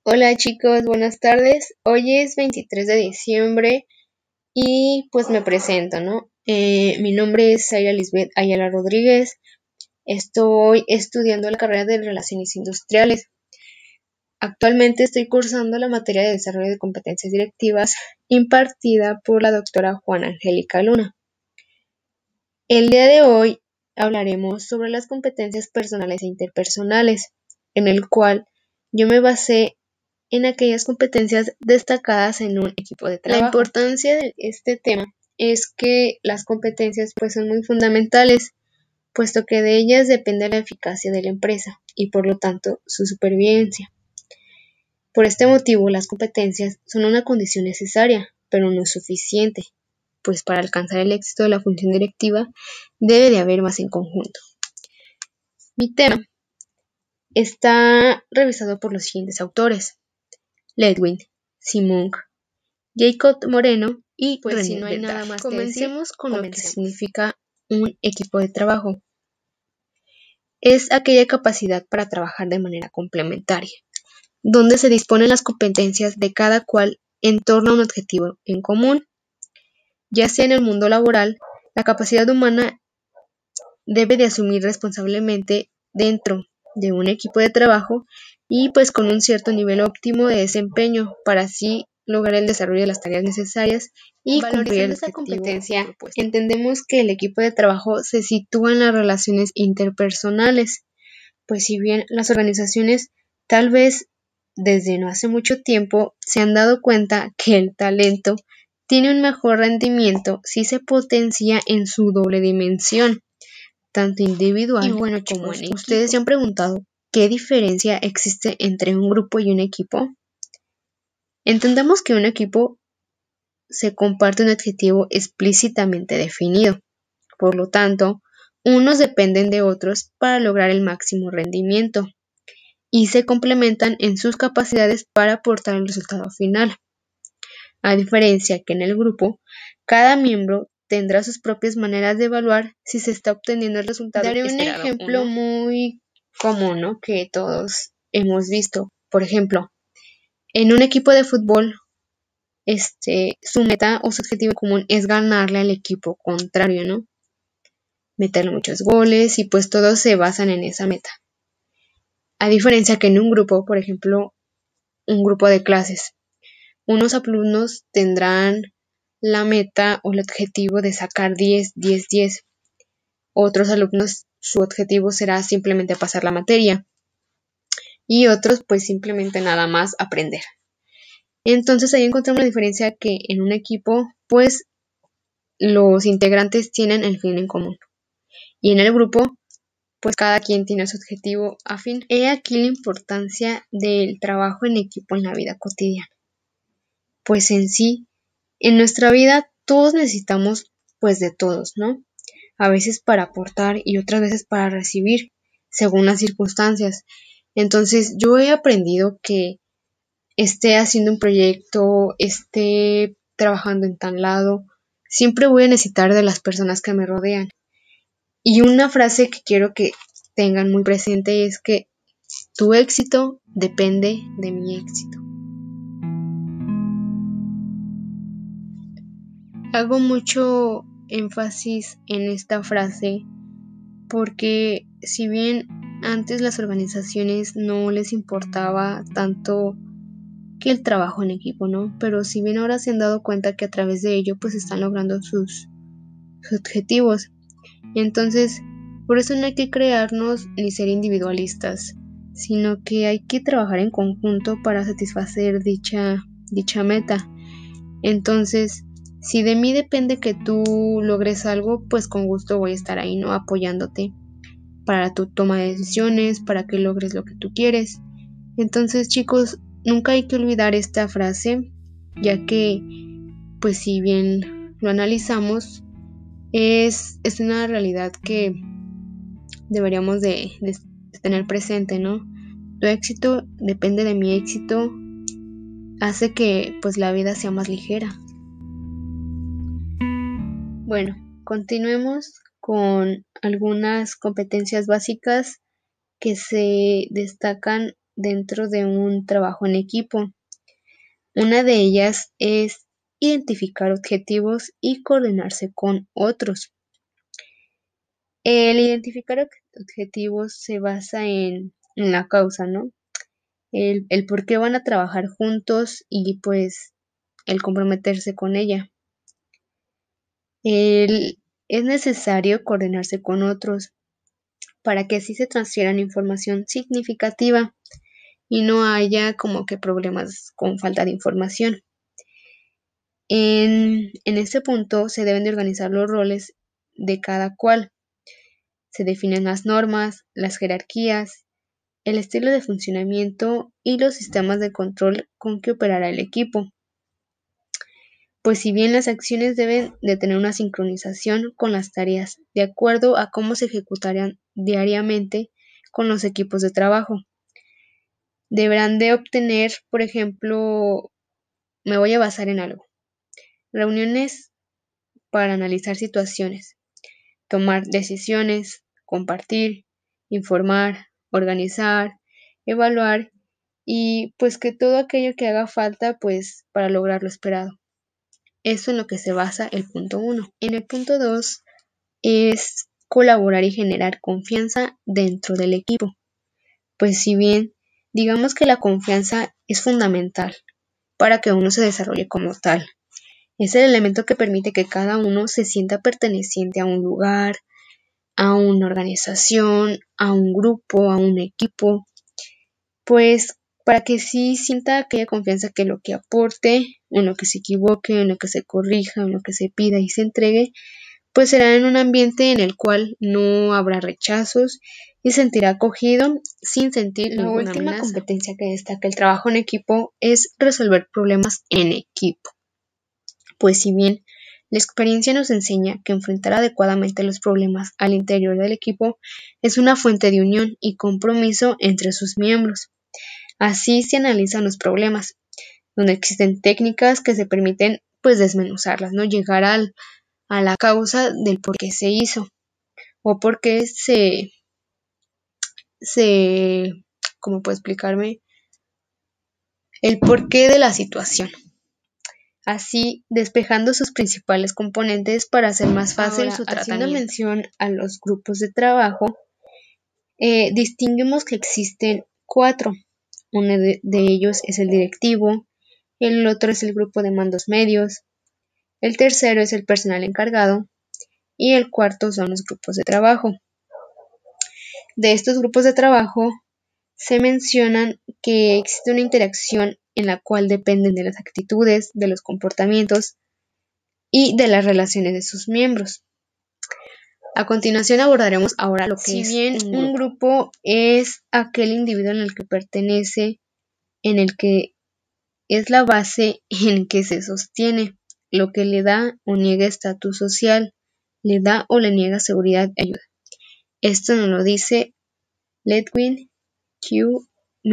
Hola chicos, buenas tardes. Hoy es 23 de diciembre y pues me presento, ¿no? Mi nombre es Zaira Lisbeth Ayala Rodríguez. Estoy estudiando la carrera de Relaciones Industriales. Actualmente estoy cursando la materia de Desarrollo de Competencias Directivas impartida por la doctora Juana Angélica Luna. El día de hoy hablaremos sobre las competencias personales e interpersonales, en el cual yo me basé en aquellas competencias destacadas en un equipo de trabajo. La importancia de este tema es que las competencias pues son muy fundamentales, puesto que de ellas depende la eficacia de la empresa y por lo tanto su supervivencia. Por este motivo, las competencias son una condición necesaria, pero no suficiente, pues para alcanzar el éxito de la función directiva debe de haber más en conjunto. Mi tema está revisado por los siguientes autores: Ledwin, Simung, Jacob Moreno y pues René si no hay Bedard. nada más Comencemos con lo que significa un equipo de trabajo. Es aquella capacidad para trabajar de manera complementaria, donde se disponen las competencias de cada cual en torno a un objetivo en común. Ya sea en el mundo laboral, la capacidad humana debe de asumir responsablemente dentro de un equipo de trabajo y pues con un cierto nivel óptimo de desempeño para así lograr el desarrollo de las tareas necesarias y cumplir el objetivo. Competencia, entendemos que el equipo de trabajo se sitúa en las relaciones interpersonales, pues si bien las organizaciones tal vez desde no hace mucho tiempo se han dado cuenta que el talento tiene un mejor rendimiento si se potencia en su doble dimensión, tanto individual como en equipo. ¿Ustedes se han preguntado qué diferencia existe entre un grupo y un equipo? Entendamos que un equipo se comparte un objetivo explícitamente definido. Por lo tanto, unos dependen de otros para lograr el máximo rendimiento y se complementan en sus capacidades para aportar el resultado final. A diferencia que en el grupo, cada miembro tendrá sus propias maneras de evaluar si se está obteniendo el resultado. Daré un ejemplo muy común, ¿no?, que todos hemos visto. Por ejemplo, en un equipo de fútbol, su meta o su objetivo común es ganarle al equipo contrario, ¿no? Meterle muchos goles y pues todos se basan en esa meta. A diferencia que en un grupo, por ejemplo, un grupo de clases, unos alumnos tendrán la meta o el objetivo de sacar 10, 10, 10. Otros alumnos, su objetivo será simplemente pasar la materia. Y otros, pues simplemente nada más aprender. Entonces ahí encontramos la diferencia que en un equipo, pues los integrantes tienen el fin en común. Y en el grupo, pues cada quien tiene su objetivo afín. He aquí la importancia del trabajo en equipo en la vida cotidiana. Pues en sí, en nuestra vida todos necesitamos pues de todos, ¿no? A veces para aportar y otras veces para recibir, según las circunstancias. Entonces yo he aprendido que esté haciendo un proyecto, esté trabajando en tal lado, siempre voy a necesitar de las personas que me rodean. Y una frase que quiero que tengan muy presente es que tu éxito depende de mi éxito. Hago mucho énfasis en esta frase porque si bien antes las organizaciones no les importaba tanto que el trabajo en equipo, ¿no? Pero si bien ahora se han dado cuenta que a través de ello pues están logrando sus objetivos. Entonces, por eso no hay que crearnos ni ser individualistas, sino que hay que trabajar en conjunto para satisfacer dicha meta. Entonces, si de mí depende que tú logres algo, pues con gusto voy a estar ahí, ¿no?, apoyándote para tu toma de decisiones, para que logres lo que tú quieres. Entonces, chicos, nunca hay que olvidar esta frase, ya que, pues si bien lo analizamos, es una realidad que deberíamos de tener presente, ¿no? Tu éxito depende de mi éxito, hace que pues la vida sea más ligera. Bueno, continuemos con algunas competencias básicas que se destacan dentro de un trabajo en equipo. Una de ellas es identificar objetivos y coordinarse con otros. El identificar objetivos se basa en la causa, ¿no? El por qué van a trabajar juntos y pues el comprometerse con ella. Es necesario coordinarse con otros para que así se transfieran información significativa y no haya como que problemas con falta de información. En este punto se deben de organizar los roles de cada cual. Se definen las normas, las jerarquías, el estilo de funcionamiento y los sistemas de control con que operará el equipo. Pues si bien las acciones deben de tener una sincronización con las tareas, de acuerdo a cómo se ejecutarían diariamente con los equipos de trabajo. Deberán de obtener, por ejemplo, me voy a basar en algo. Reuniones para analizar situaciones, tomar decisiones, compartir, informar, organizar, evaluar y pues que todo aquello que haga falta pues para lograr lo esperado. Eso en lo que se basa el punto 1. En el punto 2 es colaborar y generar confianza dentro del equipo. Pues si bien digamos que la confianza es fundamental para que uno se desarrolle como tal. Es el elemento que permite que cada uno se sienta perteneciente a un lugar, a una organización, a un grupo, a un equipo, pues para que sí sienta aquella confianza que lo que aporte, en lo que se equivoque, en lo que se corrija, en lo que se pida y se entregue, pues será en un ambiente en el cual no habrá rechazos y sentirá acogido sin sentir ninguna amenaza. La última competencia que destaca el trabajo en equipo es resolver problemas en equipo. Pues si bien la experiencia nos enseña que enfrentar adecuadamente los problemas al interior del equipo es una fuente de unión y compromiso entre sus miembros. Así se analizan los problemas, donde existen técnicas que se permiten pues desmenuzarlas, ¿no? Llegar a la causa del por qué se hizo o por qué ¿cómo puedo explicarme? El porqué de la situación. Así despejando sus principales componentes para hacer más fácil su tratamiento. Haciendo mención a los grupos de trabajo, distinguimos que existen 4. Uno de ellos es el directivo, el otro es el grupo de mandos medios, el tercero es el personal encargado y el cuarto son los grupos de trabajo. De estos grupos de trabajo se mencionan que existe una interacción en la cual dependen de las actitudes, de los comportamientos y de las relaciones de sus miembros. A continuación abordaremos ahora lo que es un grupo es aquel individuo en el que pertenece, en el que es la base en que se sostiene, lo que le da o niega estatus social, le da o le niega seguridad y ayuda. Esto nos lo dice Ledwin Q.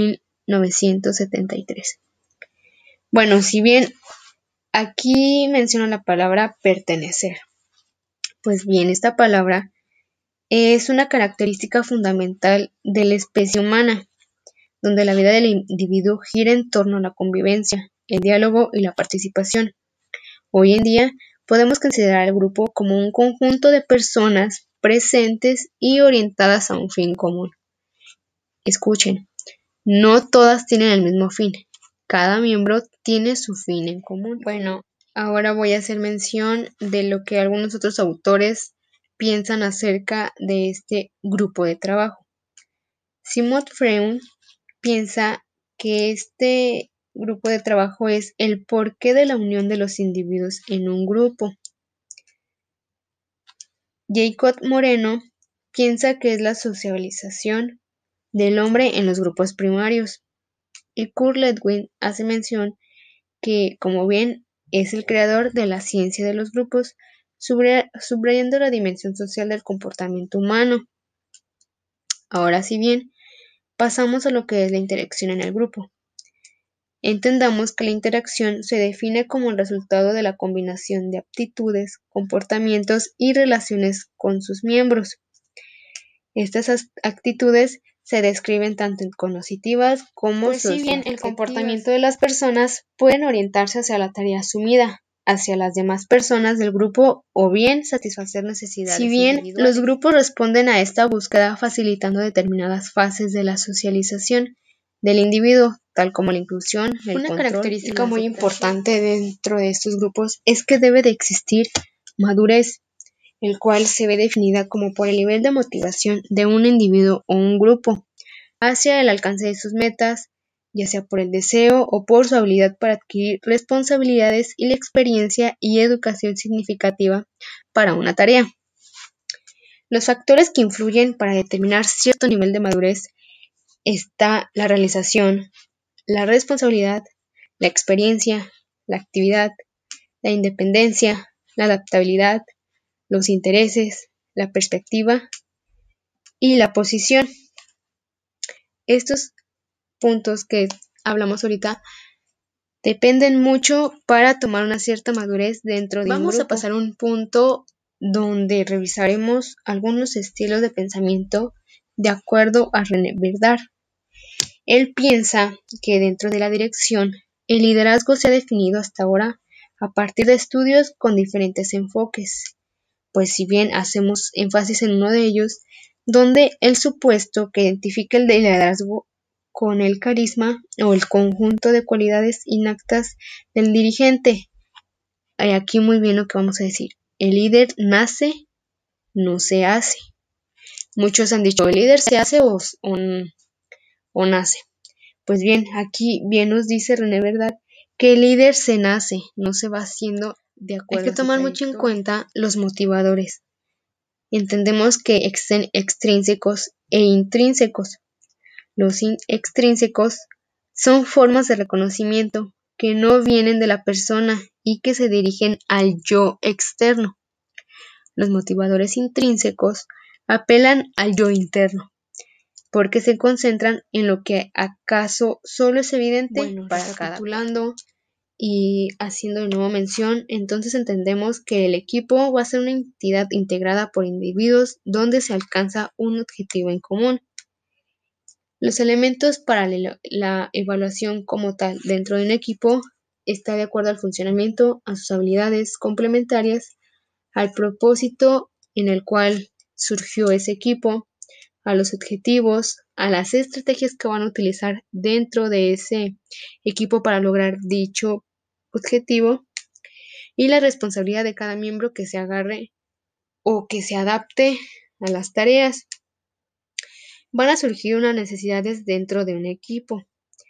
1973. Bueno, si bien aquí menciona la palabra pertenecer, pues bien, esta palabra es una característica fundamental de la especie humana, donde la vida del individuo gira en torno a la convivencia, el diálogo y la participación. Hoy en día podemos considerar al grupo como un conjunto de personas presentes y orientadas a un fin común. Escuchen, no todas tienen el mismo fin, cada miembro tiene su fin en común. Bueno, ahora voy a hacer mención de lo que algunos otros autores piensan acerca de este grupo de trabajo. Sigmund Freud piensa que este grupo de trabajo es el porqué de la unión de los individuos en un grupo. Jacob Moreno piensa que es la socialización del hombre en los grupos primarios. Y Kurt Ledwin hace mención que, como bien, es el creador de la ciencia de los grupos, subrayando la dimensión social del comportamiento humano. Ahora, si bien, pasamos a lo que es la interacción en el grupo. Entendamos que la interacción se define como el resultado de la combinación de aptitudes, comportamientos y relaciones con sus miembros. Estas actitudes se describen tanto cognitivas como Pues si bien el comportamiento de las personas pueden orientarse hacia la tarea asumida, hacia las demás personas del grupo o bien satisfacer necesidades individuales. Si bien los grupos responden a esta búsqueda facilitando determinadas fases de la socialización del individuo, tal como la inclusión, el control. Una característica muy importante dentro de estos grupos es que debe de existir madurez, el cual se ve definida como por el nivel de motivación de un individuo o un grupo hacia el alcance de sus metas, ya sea por el deseo o por su habilidad para adquirir responsabilidades y la experiencia y educación significativa para una tarea. Los factores que influyen para determinar cierto nivel de madurez está la realización, la responsabilidad, la experiencia, la actividad, la independencia, la adaptabilidad, los intereses, la perspectiva y la posición. Estos puntos que hablamos ahorita dependen mucho para tomar una cierta madurez dentro de un grupo. Vamos a pasar a un punto donde revisaremos algunos estilos de pensamiento de acuerdo a René Girard. Él piensa que dentro de la dirección, el liderazgo se ha definido hasta ahora a partir de estudios con diferentes enfoques, pues si bien hacemos énfasis en uno de ellos, donde el supuesto que identifica el liderazgo con el carisma o el conjunto de cualidades innatas del dirigente. Hay aquí muy bien lo que vamos a decir. El líder nace, no se hace. Muchos han dicho, el líder se hace o nace. Pues bien, aquí bien nos dice René Girard que el líder se nace, no se va haciendo de acuerdo. Hay que tomar mucho en cuenta los motivadores. Entendemos que existen extrínsecos e intrínsecos. Los extrínsecos son formas de reconocimiento que no vienen de la persona y que se dirigen al yo externo. Los motivadores intrínsecos apelan al yo interno, porque se concentran en lo que acaso solo es evidente para cada uno. Y haciendo de nuevo mención, entonces entendemos que el equipo va a ser una entidad integrada por individuos donde se alcanza un objetivo en común. Los elementos para la evaluación como tal dentro de un equipo está de acuerdo al funcionamiento, a sus habilidades complementarias, al propósito en el cual surgió ese equipo, a los objetivos, a las estrategias que van a utilizar dentro de ese equipo para lograr dicho objetivo y la responsabilidad de cada miembro que se agarre o que se adapte a las tareas. Van a surgir unas necesidades dentro de un equipo.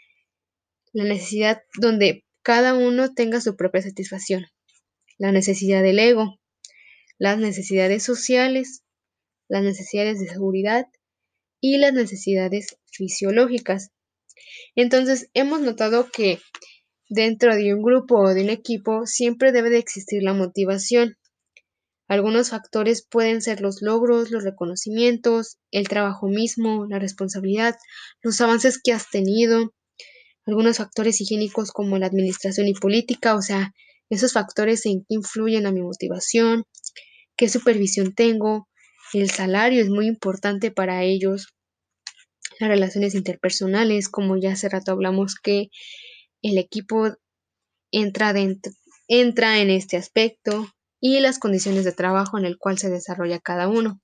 La necesidad donde cada uno tenga su propia satisfacción. La necesidad del ego. Las necesidades sociales. Las necesidades de seguridad. Y las necesidades fisiológicas. Entonces, hemos notado que dentro de un grupo o de un equipo siempre debe de existir la motivación. Algunos factores pueden ser los logros, los reconocimientos, el trabajo mismo, la responsabilidad, los avances que has tenido, algunos factores higiénicos como la administración y política, o sea, esos factores en que influyen a mi motivación, qué supervisión tengo, el salario es muy importante para ellos, las relaciones interpersonales, como ya hace rato hablamos que el equipo entra en este aspecto, y las condiciones de trabajo en el cual se desarrolla cada uno.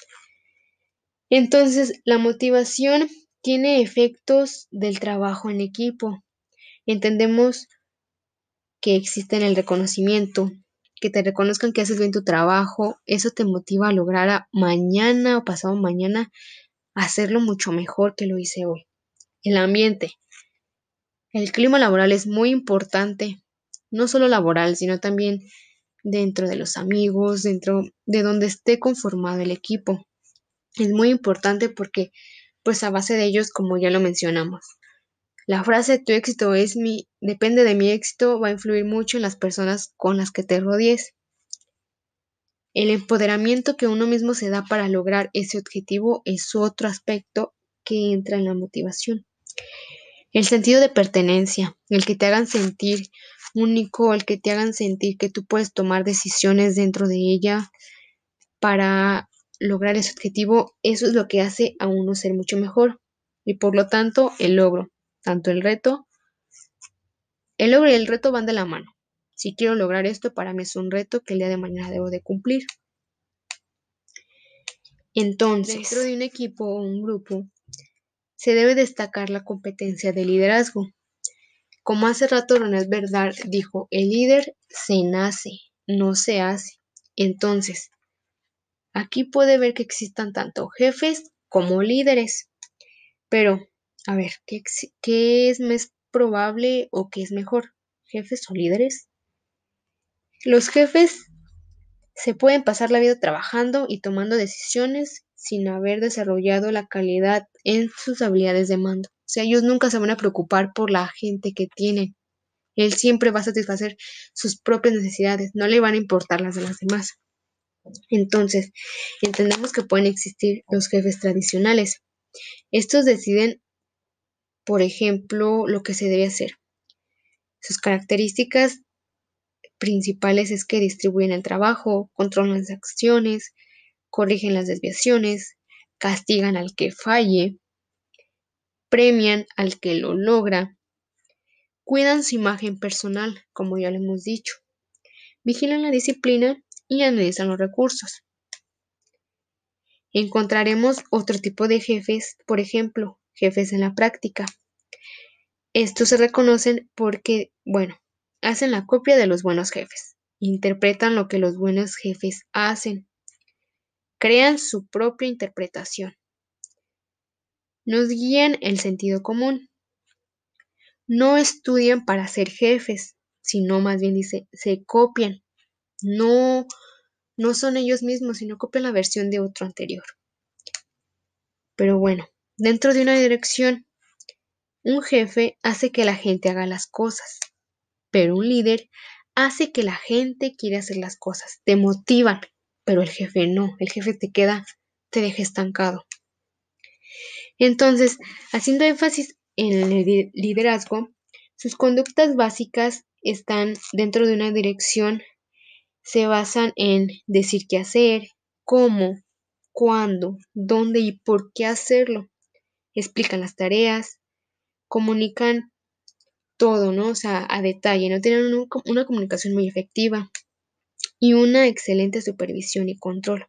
Entonces, la motivación tiene efectos del trabajo en equipo. Entendemos que existe el reconocimiento, que te reconozcan que haces bien tu trabajo, eso te motiva a lograr mañana o pasado mañana hacerlo mucho mejor que lo hice hoy. El ambiente. El clima laboral es muy importante, no solo laboral, sino también dentro de los amigos, dentro de donde esté conformado el equipo. Es muy importante porque, pues a base de ellos, como ya lo mencionamos, la frase tu éxito depende de mi éxito va a influir mucho en las personas con las que te rodees. El empoderamiento que uno mismo se da para lograr ese objetivo es otro aspecto que entra en la motivación. El sentido de pertenencia, el que te hagan sentir único, el que te hagan sentir que tú puedes tomar decisiones dentro de ella para lograr ese objetivo, eso es lo que hace a uno ser mucho mejor. y por lo tanto el logro, tanto el logro y el reto van de la mano. Si quiero lograr esto, para mí es un reto que el día de mañana debo de cumplir. Entonces, dentro de un equipo o un grupo, se debe destacar la competencia de liderazgo. Como hace rato René Berdard dijo, el líder se nace, no se hace. Entonces, aquí puede ver que existan tanto jefes como líderes. Pero, a ver, ¿qué es más probable o qué es mejor? ¿Jefes o líderes? Los jefes se pueden pasar la vida trabajando y tomando decisiones sin haber desarrollado la calidad en sus habilidades de mando. O sea, ellos nunca se van a preocupar por la gente que tienen. Él siempre va a satisfacer sus propias necesidades, no le van a importar las de las demás. Entonces, entendemos que pueden existir los jefes tradicionales. Estos deciden, por ejemplo, lo que se debe hacer. Sus características principales es que distribuyen el trabajo, controlan las acciones, corrigen las desviaciones, castigan al que falle, premian al que lo logra, cuidan su imagen personal, como ya lo hemos dicho, vigilan la disciplina y analizan los recursos. Encontraremos otro tipo de jefes, por ejemplo, jefes en la práctica. Estos se reconocen porque, bueno, hacen la copia de los buenos jefes, interpretan lo que los buenos jefes hacen, crean su propia interpretación, nos guían el sentido común, no estudian para ser jefes, sino más bien dice, se copian, no, no son ellos mismos, sino copian la versión de otro anterior. Pero bueno, dentro de una dirección, un jefe hace que la gente haga las cosas, pero un líder hace que la gente quiera hacer las cosas, te motivan, pero el jefe no, el jefe te deja estancado. Entonces, haciendo énfasis en el liderazgo, sus conductas básicas están dentro de una dirección, se basan en decir qué hacer, cómo, cuándo, dónde y por qué hacerlo. Explican las tareas, comunican todo, ¿no? O sea, a detalle, no tienen una comunicación muy efectiva y una excelente supervisión y control.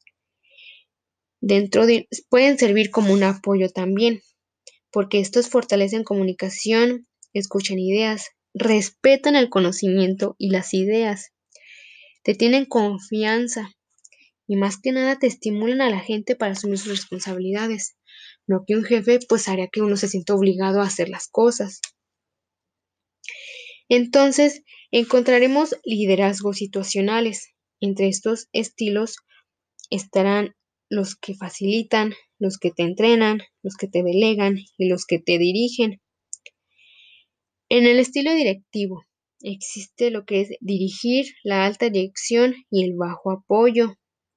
Pueden servir como un apoyo también, porque estos fortalecen comunicación, escuchan ideas, respetan el conocimiento y las ideas, te tienen confianza y más que nada te estimulan a la gente para asumir sus responsabilidades. No que un jefe pues haría que uno se sienta obligado a hacer las cosas. Entonces, encontraremos liderazgos situacionales. Entre estos estilos estarán los que facilitan, los que te entrenan, los que te delegan y los que te dirigen. En el estilo directivo existe lo que es dirigir, la alta dirección y el bajo apoyo.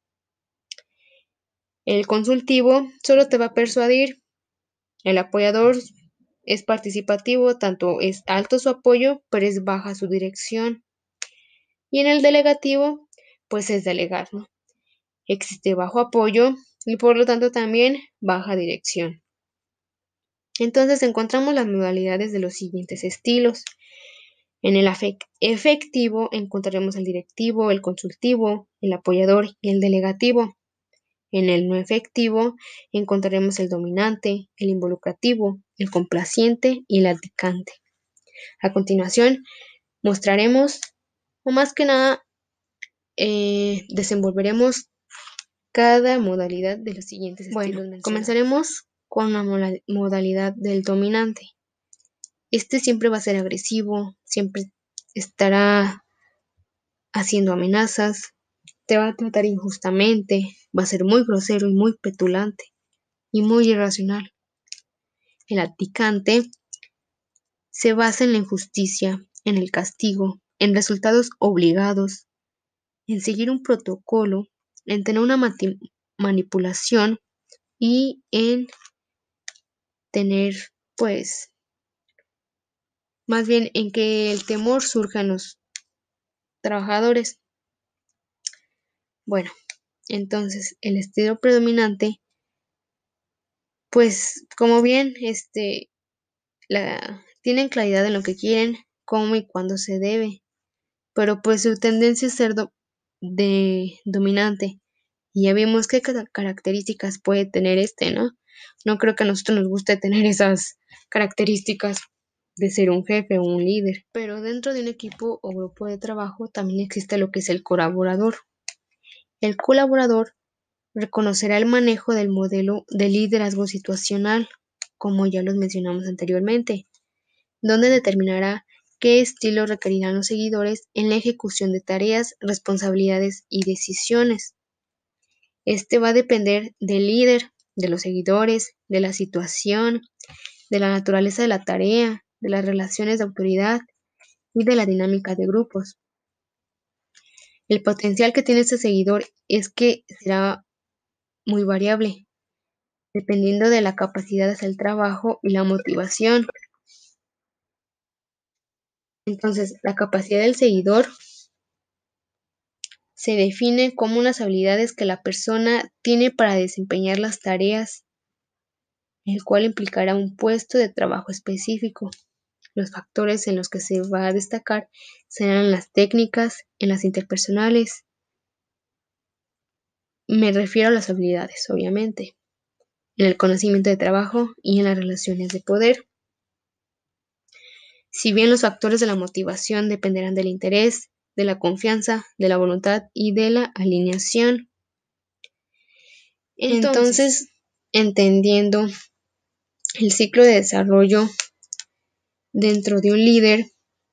El consultivo solo te va a persuadir. El apoyador es participativo, tanto es alto su apoyo, pero es baja su dirección. Y en el delegativo, pues es delegar, ¿no? Existe bajo apoyo y por lo tanto también baja dirección. Entonces encontramos las modalidades de los siguientes estilos. En el efectivo encontraremos el directivo, el consultivo, el apoyador y el delegativo. En el no efectivo encontraremos el dominante, el involucrativo, el complaciente y el atacante. A continuación mostraremos, o más que nada, desenvolveremos cada modalidad de los siguientes estilos mencionados. Comenzaremos con la modalidad del dominante. Este siempre va a ser agresivo, siempre estará haciendo amenazas, te va a tratar injustamente, va a ser muy grosero y muy petulante y muy irracional. El atacante se basa en la injusticia, en el castigo, en resultados obligados, en seguir un protocolo, en tener una manipulación y en tener, pues, más bien en que el temor surja en los trabajadores. Bueno, entonces el estilo predominante pues como bien tienen claridad en lo que quieren, cómo y cuándo se debe, pero pues su tendencia es ser dominante. Y ya vimos qué características puede tener ¿no? No creo que a nosotros nos guste tener esas características de ser un jefe o un líder. Pero dentro de un equipo o grupo de trabajo también existe lo que es el colaborador. El colaborador reconocerá el manejo del modelo de liderazgo situacional, como ya los mencionamos anteriormente, donde determinará qué estilo requerirán los seguidores en la ejecución de tareas, responsabilidades y decisiones. Este va a depender del líder, de los seguidores, de la situación, de la naturaleza de la tarea, de las relaciones de autoridad y de la dinámica de grupos. El potencial que tiene este seguidor es que será muy variable, dependiendo de la capacidad de hacer el trabajo y la motivación. Entonces, la capacidad del seguidor se define como unas habilidades que la persona tiene para desempeñar las tareas, el cual implicará un puesto de trabajo específico. Los factores en los que se va a destacar serán las técnicas, en las interpersonales. Me refiero a las habilidades, obviamente, en el conocimiento de trabajo y en las relaciones de poder. Si bien los factores de la motivación dependerán del interés, de la confianza, de la voluntad y de la alineación. Entonces, entendiendo el ciclo de desarrollo dentro de un líder,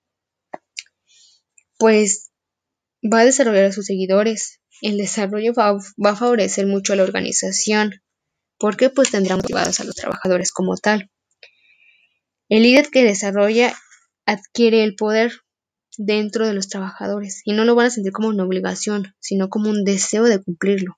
pues va a desarrollar a sus seguidores. El desarrollo va a favorecer mucho a la organización, porque pues tendrá motivados a los trabajadores como tal. El líder que desarrolla adquiere el poder dentro de los trabajadores y no lo van a sentir como una obligación, sino como un deseo de cumplirlo.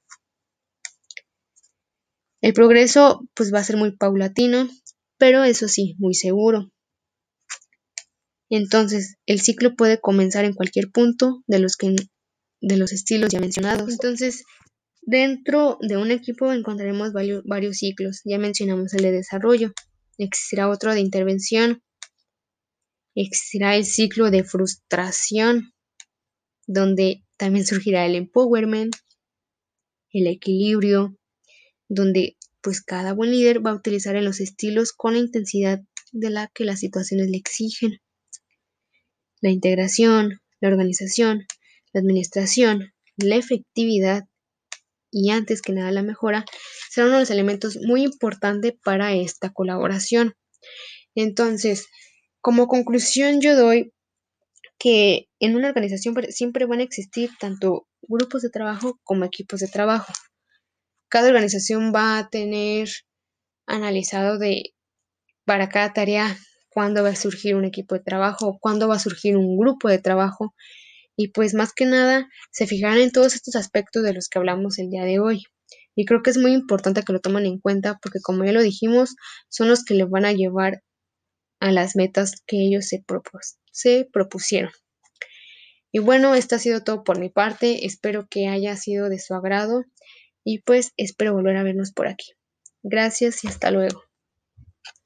El progreso pues va a ser muy paulatino, pero eso sí, muy seguro. Entonces, el ciclo puede comenzar en cualquier punto de los estilos ya mencionados. Entonces, dentro de un equipo encontraremos varios ciclos. Ya mencionamos el de desarrollo. Existirá otro de intervención. Existirá el ciclo de frustración, donde también surgirá el empowerment, el equilibrio, donde pues cada buen líder va a utilizar en los estilos con la intensidad de la que las situaciones le exigen. La integración, la organización, la administración, la efectividad y antes que nada la mejora serán uno de los elementos muy importantes para esta colaboración. Entonces, como conclusión yo doy que en una organización siempre van a existir tanto grupos de trabajo como equipos de trabajo. Cada organización va a tener analizado para cada tarea cuándo va a surgir un equipo de trabajo, cuándo va a surgir un grupo de trabajo y pues más que nada se fijarán en todos estos aspectos de los que hablamos el día de hoy. Y creo que es muy importante que lo tomen en cuenta porque como ya lo dijimos, son los que les van a llevar a las metas que ellos se propusieron. Y bueno, esto ha sido todo por mi parte. Espero que haya sido de su agrado y pues espero volver a vernos por aquí. Gracias y hasta luego.